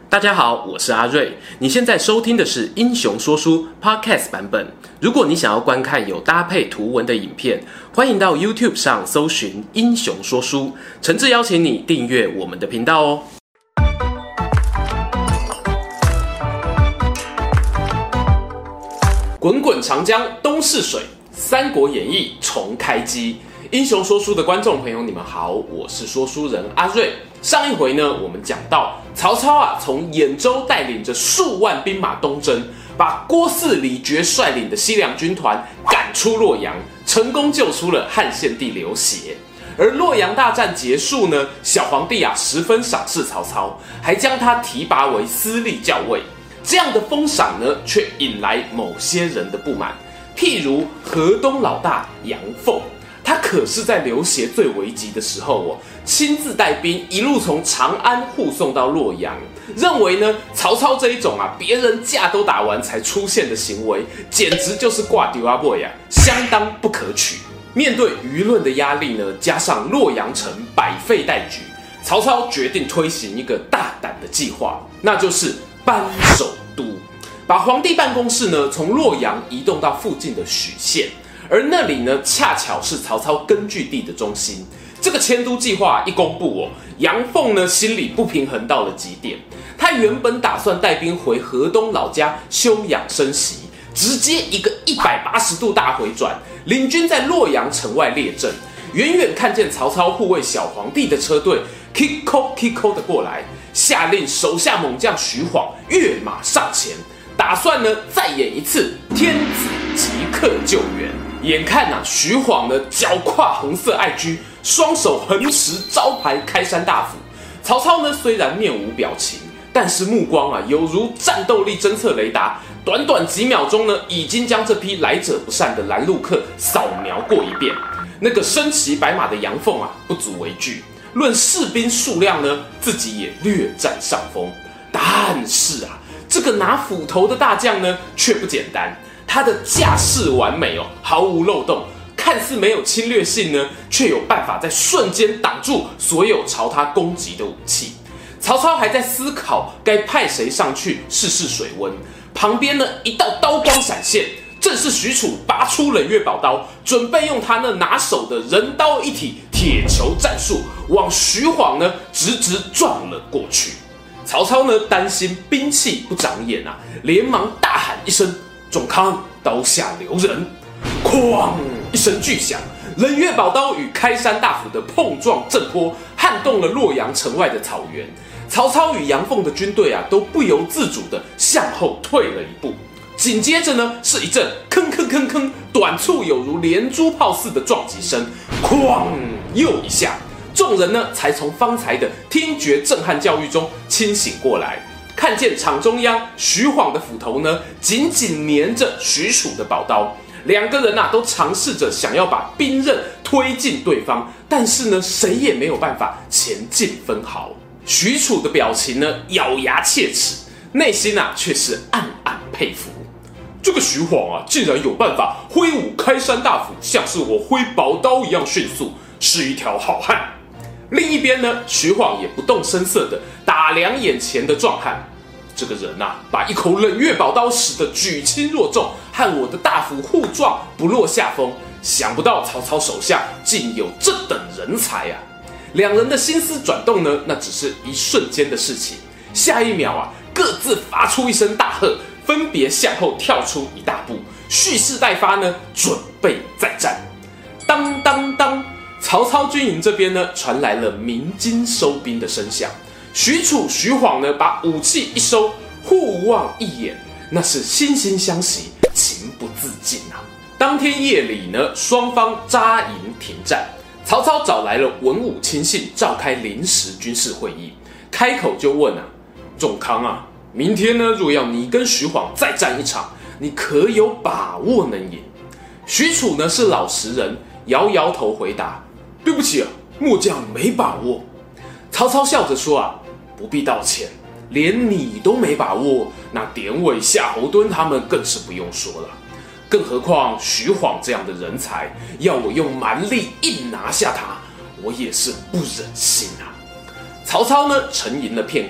大家好，我是阿瑞。你现在收听的是《英雄说书》Podcast 版本。如果你想要观看有搭配图文的影片，欢迎到 YouTube 上搜寻《英雄说书》，诚挚邀请你订阅我们的频道哦。滚滚长江东逝水，《三国演义》重开机。英雄说书的观众朋友，你们好，我是说书人阿瑞。上一回呢，我们讲到曹操从兖州带领着数万兵马东征，把郭汜、李傕率领的西凉军团赶出洛阳，成功救出了汉献帝刘协。而洛阳大战结束呢，小皇帝十分赏识曹操，还将他提拔为司隶校尉。这样的封赏呢，却引来某些人的不满，譬如河东老大杨凤。他可是在刘协最危急的时候亲自带兵一路从长安护送到洛阳，认为呢曹操这一种别人架都打完才出现的行为，简直就是挂丢阿妹相当不可取。面对舆论的压力呢，加上洛阳城百废待举，曹操决定推行一个大胆的计划，那就是搬首都，把皇帝办公室呢从洛阳移动到附近的许县。而那里呢，恰巧是曹操根据地的中心。这个迁都计划一公布杨凤呢心里不平衡到了极点。他原本打算带兵回河东老家休养生息，直接一个180度大回转，领军在洛阳城外列阵。远远看见曹操护卫小皇帝的车队 Kiko 的过来，下令手下猛将徐晃跃马上前，打算呢再演一次天子即刻救援。眼看徐晃呢脚跨红色爱驹，双手横持招牌开山大斧。曹操呢虽然面无表情，但是目光有如战斗力侦测雷达，短短几秒钟呢，已经将这批来者不善的拦路客扫描过一遍。那个身骑白马的杨凤不足为惧，论士兵数量呢，自己也略占上风。但是这个拿斧头的大将呢，却不简单。他的架势完美毫无漏洞，看似没有侵略性呢，却有办法在瞬间挡住所有朝他攻击的武器。曹操还在思考该派谁上去试试水温，旁边呢一道刀光闪现，正是许褚拔出冷月宝刀，准备用他那拿手的人刀一体铁球战术往徐晃呢直撞了过去。曹操呢担心兵器不长眼连忙大喊一声：“仲康，刀下留人！”哐一声巨响，冷月宝刀与开山大斧的碰撞震波撼动了洛阳城外的草原。曹操与杨凤的军队都不由自主地向后退了一步。紧接着呢，是一阵吭吭吭吭，短促有如连珠炮似的撞击声，哐又一下，众人呢才从方才的听觉震撼教育中清醒过来。看见场中央徐晃的斧头呢，紧紧粘着许褚的宝刀，两个人都尝试着想要把兵刃推进对方，但是呢，谁也没有办法前进分毫。许褚的表情呢，咬牙切齿，内心却是暗暗佩服。这个徐晃竟然有办法挥舞开山大斧，像是我挥宝刀一样迅速，是一条好汉。另一边呢，徐晃也不动声色地打量眼前的壮汉。这个人把一口冷月宝刀使得举轻若重，和我的大斧互撞不落下风。想不到曹操手下竟有这等人才两人的心思转动呢，那只是一瞬间的事情。下一秒各自发出一声大喝，分别向后跳出一大步，蓄势待发呢，准备再战。当当当，曹操军营这边呢，传来了鸣金收兵的声响。许褚、徐晃呢，把武器一收，互望一眼，那是惺惺相惜，情不自禁当天夜里呢，双方扎营停战。曹操找来了文武亲信，召开临时军事会议，开口就问仲康明天呢，若要你跟徐晃再战一场，你可有把握能赢？许褚呢是老实人，摇摇头回答：“对不起末将没把握。”曹操笑着说不必道歉，连你都没把握，那典韦、夏侯惇他们更是不用说了。更何况徐晃这样的人才，要我用蛮力硬拿下他，我也是不忍心曹操呢沉吟了片刻，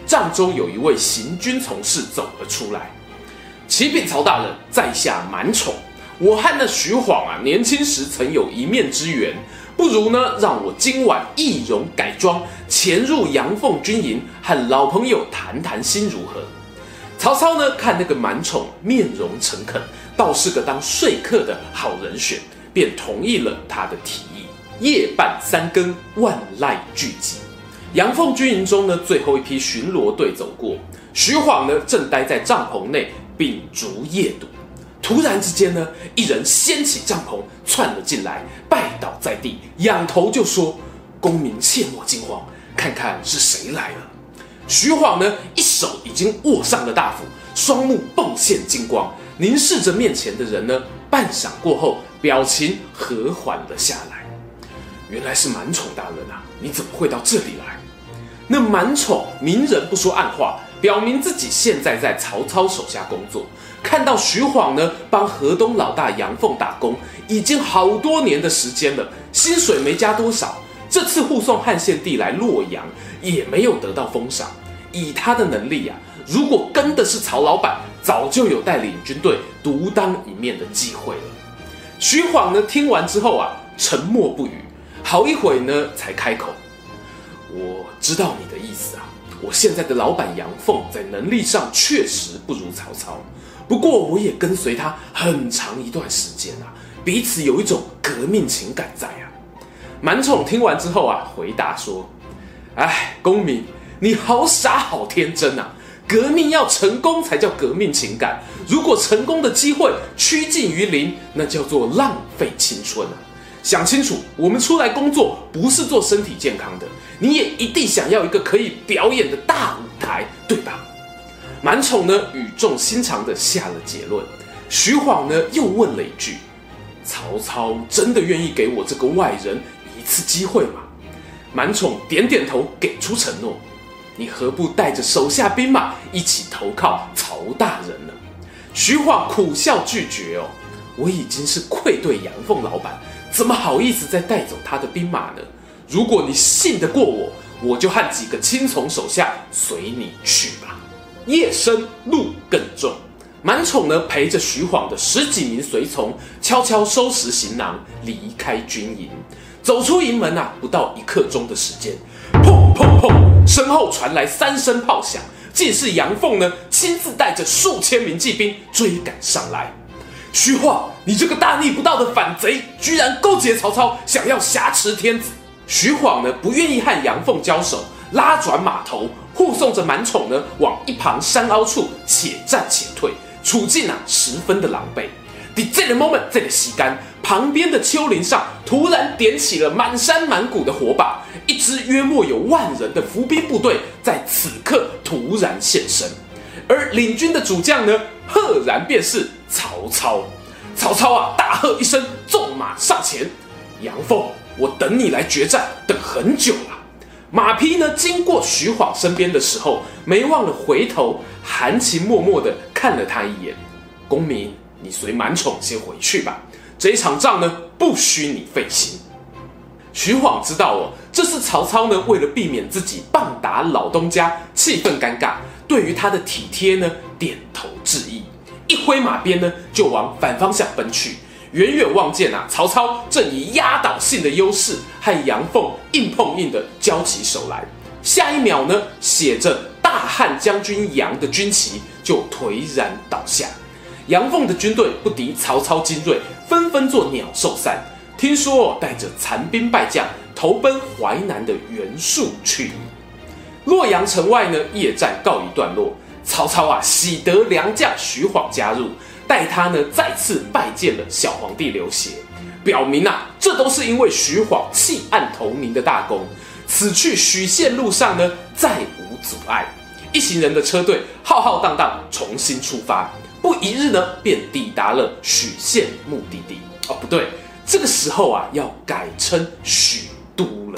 帐中有一位行军从事走了出来。启禀曹大人，在下满宠，我和那徐晃年轻时曾有一面之缘，不如呢让我今晚易容改装，潜入阳凤军营，和老朋友谈谈心如何？曹操呢看那个满宠面容诚恳，倒是个当说客的好人选，便同意了他的提议。夜半3更，万籁俱寂。阳凤军营中呢，最后一批巡逻队走过，徐晃呢正待在帐篷内秉烛夜读。突然之间呢，一人掀起帐篷窜了进来，拜倒在地，仰头就说：“公民切莫惊慌，看看是谁来了。”徐晃呢，一手已经握上了大斧，双目迸现金光，凝视着面前的人呢，半晌过后，表情和缓了下来。原来是满宠大人啊，你怎么会到这里来？那满宠明人不说暗话，表明自己现在在曹操手下工作。看到徐晃呢帮河东老大杨凤打工，已经好多年的时间了，薪水没加多少。这次护送汉献帝来洛阳，也没有得到封赏。以他的能力如果跟的是曹老板，早就有带领军队独当一面的机会了。徐晃呢听完之后沉默不语，好一会呢才开口：“我知道你的意思我现在的老板杨凤在能力上确实不如曹操，不过我也跟随他很长一段时间彼此有一种革命情感在满宠听完之后回答说：“哎，公民，你好傻好天真革命要成功才叫革命情感，如果成功的机会趋近于零，那叫做浪费青春想清楚，我们出来工作不是做身体健康的，你也一定想要一个可以表演的大舞台，对吧？”满宠呢语重心长地下了结论。徐晃呢又问了一句：“曹操真的愿意给我这个外人一次机会吗？”满宠点点头，给出承诺：“你何不带着手下兵马一起投靠曹大人呢？”徐晃苦笑拒绝：“我已经是愧对杨凤老板，怎么好意思再带走他的兵马呢？如果你信得过我，我就和几个亲从手下随你去吧。”夜深路更重，满宠呢陪着徐晃的10几名随从，悄悄收拾行囊，离开军营。走出营门不到1刻钟的时间，砰砰砰，身后传来3声炮响，竟是杨凤呢亲自带着数千名骑兵追赶上来。“徐晃，你这个大逆不道的反贼，居然勾结曹操，想要挟持天子！”徐晃呢不愿意和杨凤交手，拉转马头，护送着满宠呢往一旁山凹处且战且退，处境十分的狼狈。在这个 moment， 这个时间，旁边的丘陵上突然点起了满山满谷的火把，一支约莫有10000人的伏兵部队在此刻突然现身，而领军的主将呢，赫然便是曹操。曹操大喝一声，纵马上前：“杨凤，我等你来决战，等很久了。”马匹呢经过徐晃身边的时候，没忘了回头含情脉脉地看了他一眼：“公民，你随满宠先回去吧，这一场仗呢不需你费心。”徐晃知道这是曹操呢为了避免自己棒打老东家，气氛尴尬，对于他的体贴呢点头致意，一挥马鞭呢就往反方向奔去。远远望见曹操正以压倒性的优势和杨凤硬碰硬的交起手来，下一秒呢，写着大汉将军杨的军旗就颓然倒下。杨凤的军队不敌曹操精锐，纷纷作鸟兽散。听说带着残兵败将投奔淮南的袁术去矣。洛阳城外呢，夜战告一段落。曹操喜得良将徐晃加入，带他呢再次拜见了小皇帝刘协，表明这都是因为徐晃弃暗投明的大功。此去许县路上呢，再无阻碍。一行人的车队浩浩荡荡重新出发，不一日呢，便抵达了许县目的地。不对，这个时候要改称许都了。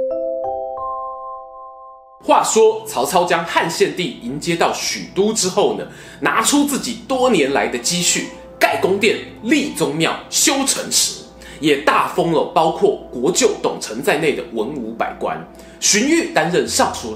话说曹操将汉献帝迎接到许都之后呢，拿出自己多年来的积蓄，盖宫殿、立宗庙、修城池，也大封了包括国舅董承在内的文武百官。荀彧担任尚书令，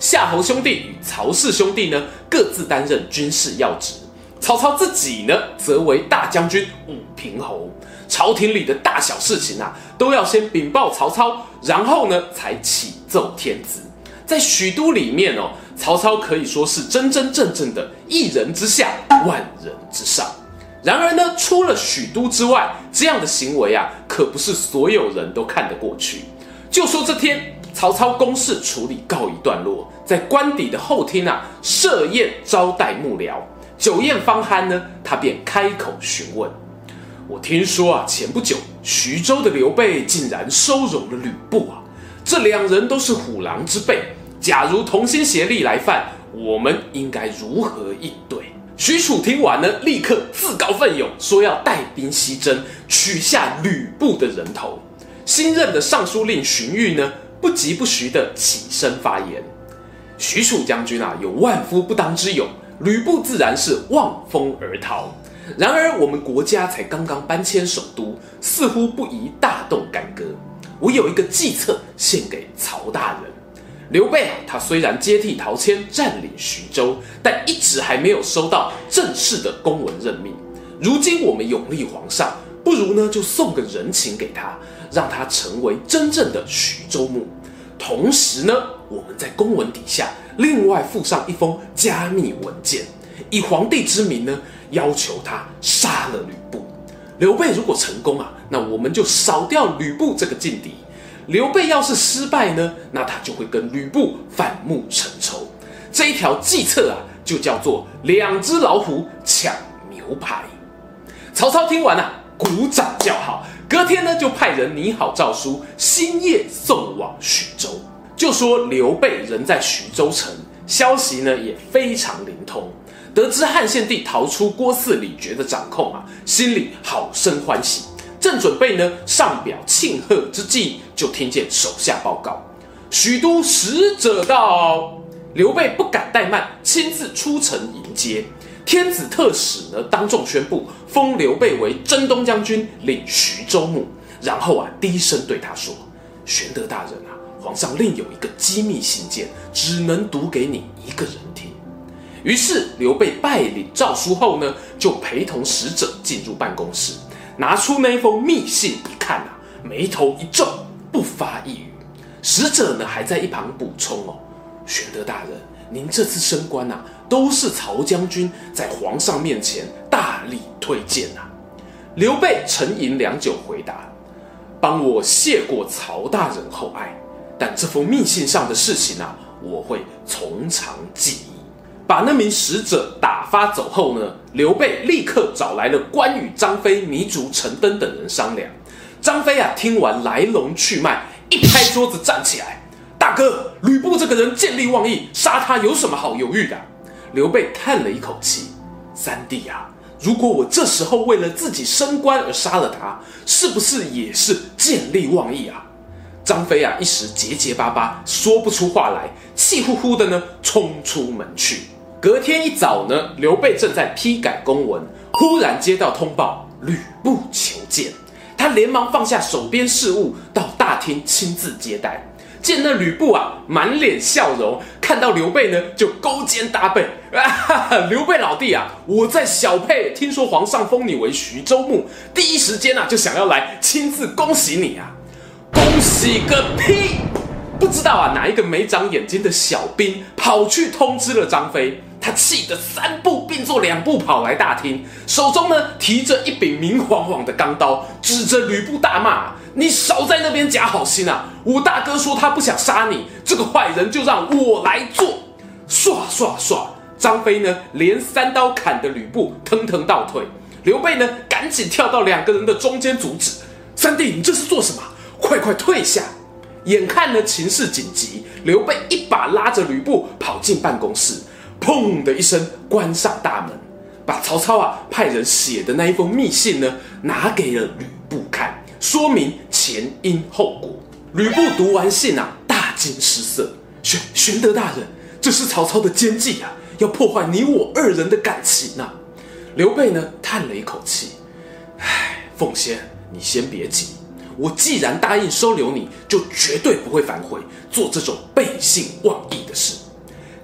夏侯兄弟与曹氏兄弟呢，各自担任军事要职。曹操自己呢，则为大将军武平侯。朝廷里的大小事情啊，都要先禀报曹操，然后呢，才启奏天子。在许都里面哦，曹操可以说是真真正正的一人之下，万人之上。然而呢，除了许都之外，这样的行为啊，可不是所有人都看得过去。就说这天，曹操公事处理告一段落，在官邸的后厅啊，设宴招待幕僚。酒宴方酣呢，他便开口询问：“我听说啊，前不久徐州的刘备竟然收容了吕布啊，这两人都是虎狼之辈，假如同心协力来犯，我们应该如何应对？”许褚听完呢，立刻自告奋勇，说要带兵西征，取下吕布的人头。新任的尚书令荀彧呢，不疾不徐地起身发言：“许褚将军啊，有万夫不当之勇。吕布自然是望风而逃，然而我们国家才刚刚搬迁首都，似乎不宜大动干戈。我有一个计策献给曹大人。刘备啊，他虽然接替陶谦占领徐州，但一直还没有收到正式的公文任命。如今我们拥立皇上，不如呢就送个人情给他，让他成为真正的徐州牧。同时呢，我们在公文底下另外附上一封加密文件，以皇帝之名呢，要求他杀了吕布。刘备如果成功啊，那我们就扫掉吕布这个劲敌；刘备要是失败呢，那他就会跟吕布反目成仇。这一条计策啊，就叫做两只老虎抢牛排。曹操听完啊，鼓掌叫好。隔天呢，就派人拟好诏书，星夜送往徐州。就说刘备人在徐州城，消息呢也非常灵通。得知汉献帝逃出郭汜李傕的掌控啊，心里好生欢喜。正准备呢上表庆贺之际，就听见手下报告：许都使者到。刘备不敢怠慢，亲自出城迎接。天子特使呢，当众宣布封刘备为征东将军，领徐州牧。然后啊，低声对他说：“玄德大人啊，皇上另有一个机密信件，只能读给你一个人听。”于是刘备拜领诏书后呢，就陪同使者进入办公室，拿出那封密信一看啊，眉头一皱，不发一语。使者呢，还在一旁补充哦：“玄德大人，您这次升官啊，都是曹将军在皇上面前大力推荐啊。”刘备沉吟良久，回答：“帮我谢过曹大人厚爱，但这封密信上的事情啊，我会从长计议。”把那名使者打发走后呢，刘备立刻找来了关羽、张飞、糜竺、陈登等人商量。张飞啊，听完来龙去脉，一拍桌子站起来：“大哥，吕布这个人见利忘义，杀他有什么好犹豫的？”刘备叹了一口气：“三弟啊，如果我这时候为了自己升官而杀了他，是不是也是见利忘义啊？”张飞啊，一时结结巴巴，说不出话来，气呼呼的呢，冲出门去。隔天一早呢，刘备正在批改公文，忽然接到通报，吕布求见。他连忙放下手边事务，到大厅亲自接待。见那吕布啊，满脸笑容，看到刘备呢，就勾肩搭背：“刘备老弟啊，我在小沛听说皇上封你为徐州牧，第一时间啊，就想要来亲自恭喜你啊！”恭喜个屁！不知道啊，哪一个没长眼睛的小兵跑去通知了张飞，他气得3步并作2步跑来大厅，手中呢提着一柄明晃晃的钢刀，指着吕布大骂：“你少在那边假好心啊！我大哥说他不想杀你，这个坏人就让我来做！”唰唰唰，张飞呢连3刀砍得吕布腾腾倒退。刘备呢赶紧跳到2个人的中间阻止：“三弟，你这是做什么？快快退下！”眼看呢情势紧急，刘备一把拉着吕布跑进办公室，砰的一声关上大门，把曹操啊派人写的那一封密信呢拿给了吕布看，说明前因后果。吕布读完信啊，大惊失色：“玄德大人，这是曹操的奸计啊，要破坏你我2人的感情啊！”刘备呢叹了一口气：“唉，奉先，你先别急。我既然答应收留你，就绝对不会反悔，做这种背信忘义的事。”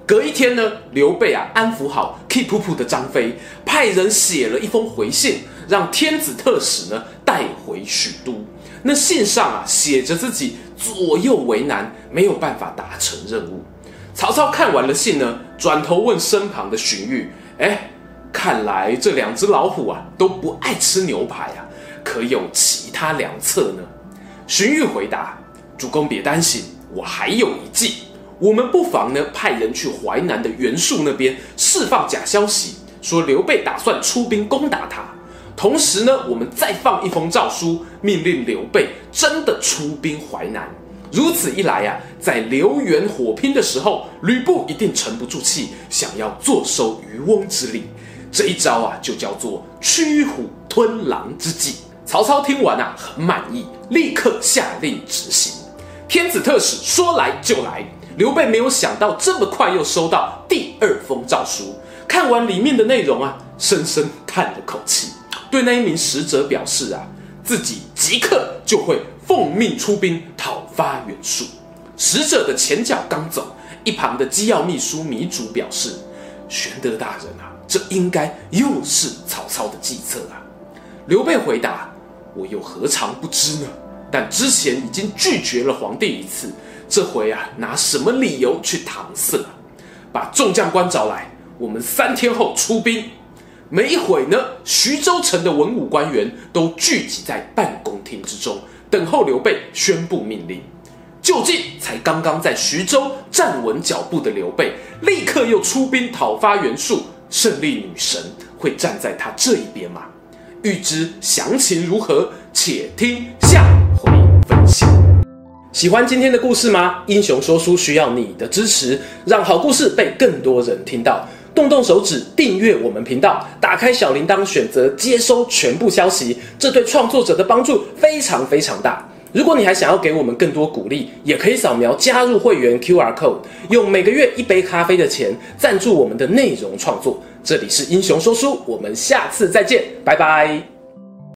隔一天呢，刘备安抚好气扑扑的张飞，派人写了一封回信，让天子特使呢带回许都。那信上写着自己左右为难，没有办法达成任务。曹操看完了信呢，转头问身旁的荀彧：看来这2只老虎都不爱吃牛排可有其他良策呢？荀彧回答：主公别担心，我还有一计。我们不妨呢派人去淮南的袁术那边释放假消息，说刘备打算出兵攻打他。同时呢，我们再放一封诏书，命令刘备真的出兵淮南。如此一来在刘袁火拼的时候，吕布一定沉不住气，想要坐收渔翁之利。这一招就叫做驱虎吞狼之计。曹操听完很满意，立刻下令执行。天子特使说来就来，刘备没有想到这么快又收到第2封诏书，看完里面的内容深深叹了口气，对那一名使者表示自己即刻就会奉命出兵讨伐袁术。使者的前脚刚走，一旁的机要秘书糜竺表示：玄德大人这应该又是曹操的计策刘备回答：我又何尝不知呢？但之前已经拒绝了皇帝一次，这回拿什么理由去搪塞把众将官找来，我们3天后出兵。没一会呢，徐州城的文武官员都聚集在办公厅之中，等候刘备宣布命令。究竟才刚刚在徐州站稳脚步的刘备，立刻又出兵讨伐袁术，胜利女神会站在他这一边吗？欲知详情如何，且听下回分享。喜欢今天的故事吗？英雄说书需要你的支持，让好故事被更多人听到。动动手指订阅我们频道，打开小铃铛，选择接收全部消息，这对创作者的帮助非常非常大。如果你还想要给我们更多鼓励，也可以扫描加入会员 QR Code， 用每个月1杯咖啡的钱赞助我们的内容创作。这里是英雄说书，我们下次再见，拜拜。